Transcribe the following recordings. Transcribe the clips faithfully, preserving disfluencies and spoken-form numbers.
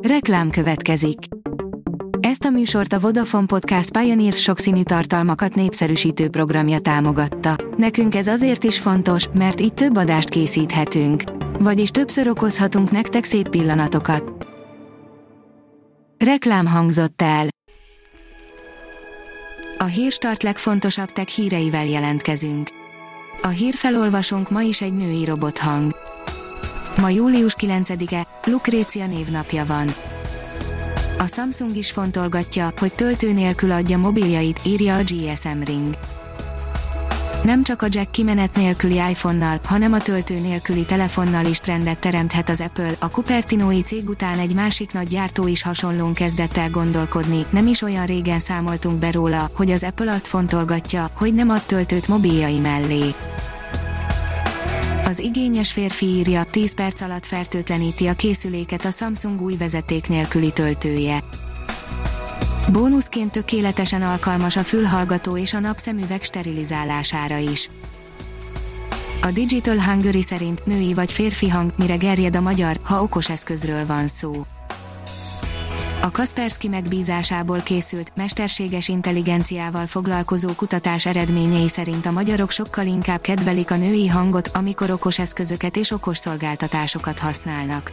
Reklám következik. Ezt a műsort a Vodafone Podcast Pioneer sokszínű tartalmakat népszerűsítő programja támogatta. Nekünk ez azért is fontos, mert így több adást készíthetünk. Vagyis többször okozhatunk nektek szép pillanatokat. Reklám hangzott el. A Hírstart legfontosabb tech híreivel jelentkezünk. A hírfelolvasónk ma is egy női robothang. Ma július kilencedike, Lukrécia névnapja van. A Samsung is fontolgatja, hogy töltő nélkül adja mobiljait, írja a gé es em Ring. Nem csak a jack kimenet nélküli iPhone-nal, hanem a töltő nélküli telefonnal is trendet teremthet az Apple. A Cupertinói cég után egy másik nagy gyártó is hasonlón kezdett el gondolkodni, nem is olyan régen számoltunk be róla, hogy az Apple azt fontolgatja, hogy nem ad töltőt mobiljai mellé. Az igényes férfi írja, tíz perc alatt fertőtleníti a készüléket a Samsung új vezeték nélküli töltője. Bónuszként tökéletesen alkalmas a fülhallgató és a napszemüveg sterilizálására is. A Digital Hungary szerint női vagy férfi hang, mire gerjed a magyar, ha okos eszközről van szó. A Kaspersky megbízásából készült, mesterséges intelligenciával foglalkozó kutatás eredményei szerint a magyarok sokkal inkább kedvelik a női hangot, amikor okos eszközöket és okos szolgáltatásokat használnak.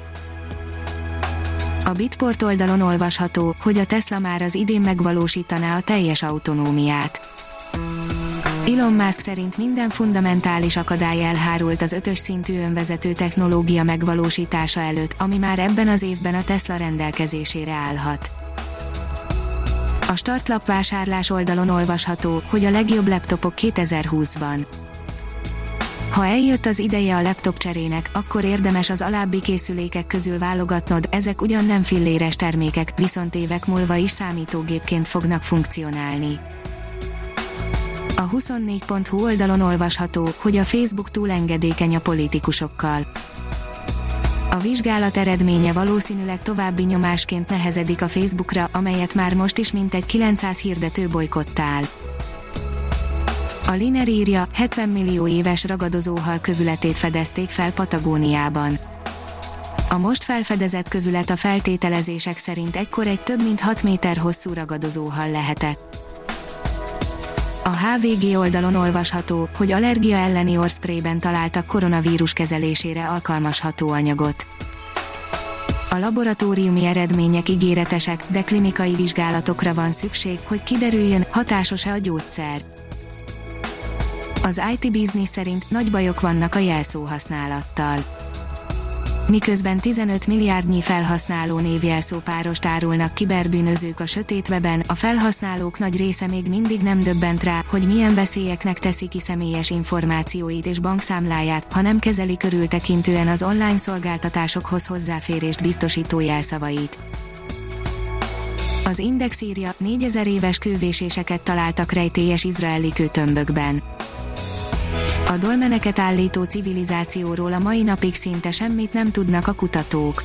A Bitport oldalon olvasható, hogy a Tesla már az idén megvalósítaná a teljes autonómiát. Elon Musk szerint minden fundamentális akadály elhárult az ötös szintű önvezető technológia megvalósítása előtt, ami már ebben az évben a Tesla rendelkezésére állhat. A startlap vásárlás oldalon olvasható, hogy a legjobb laptopok kétezer-húszban. Ha eljött az ideje a laptop cserének, akkor érdemes az alábbi készülékek közül válogatnod, ezek ugyan nem filléres termékek, viszont évek múlva is számítógépként fognak funkcionálni. A huszonnégy pont hu oldalon olvasható, hogy a Facebook túl engedékeny a politikusokkal. A vizsgálat eredménye valószínűleg további nyomásként nehezedik a Facebookra, amelyet már most is mintegy kilencszáz hirdető bojkottál. A Liner írja, hetven millió éves ragadozóhal kövületét fedezték fel Patagóniában. A most felfedezett kövület a feltételezések szerint egykor egy több mint hat méter hosszú ragadozóhal lehetett. A há vé gé oldalon olvasható, hogy allergia elleni orrszprayben találtak koronavírus kezelésére alkalmas hatóanyagot. A laboratóriumi eredmények ígéretesek, de klinikai vizsgálatokra van szükség, hogy kiderüljön, hatásos-e a gyógyszer. Az i té Business szerint nagy bajok vannak a jelszóhasználattal. Miközben tizenöt milliárdnyi felhasználó névjelszópárost árulnak kiberbűnözők a sötét weben, a felhasználók nagy része még mindig nem döbbent rá, hogy milyen veszélyeknek teszi ki személyes információit és bankszámláját, ha nem kezeli körültekintően az online szolgáltatásokhoz hozzáférést biztosító jelszavait. Az Index írja, négyezer éves kővéséseket találtak rejtélyes izraeli kőtömbökben. A dolmeneket állító civilizációról a mai napig szinte semmit nem tudnak a kutatók.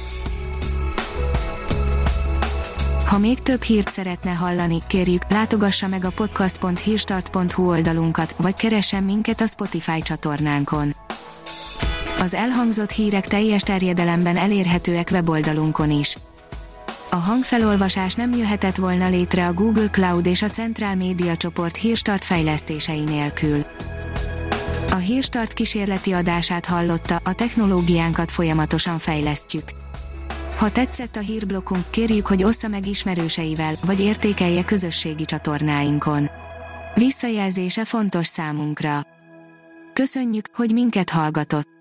Ha még több hírt szeretne hallani, kérjük, látogassa meg a podcast pont hírstart pont hu oldalunkat, vagy keressen minket a Spotify csatornánkon. Az elhangzott hírek teljes terjedelemben elérhetőek weboldalunkon is. A hangfelolvasás nem jöhetett volna létre a Google Cloud és a Central Média csoport Hírstart fejlesztései nélkül. A Hírstart kísérleti adását hallotta, a technológiánkat folyamatosan fejlesztjük. Ha tetszett a hírblokkunk, kérjük, hogy ossza meg ismerőseivel, vagy értékelje közösségi csatornáinkon. Visszajelzése fontos számunkra. Köszönjük, hogy minket hallgatott!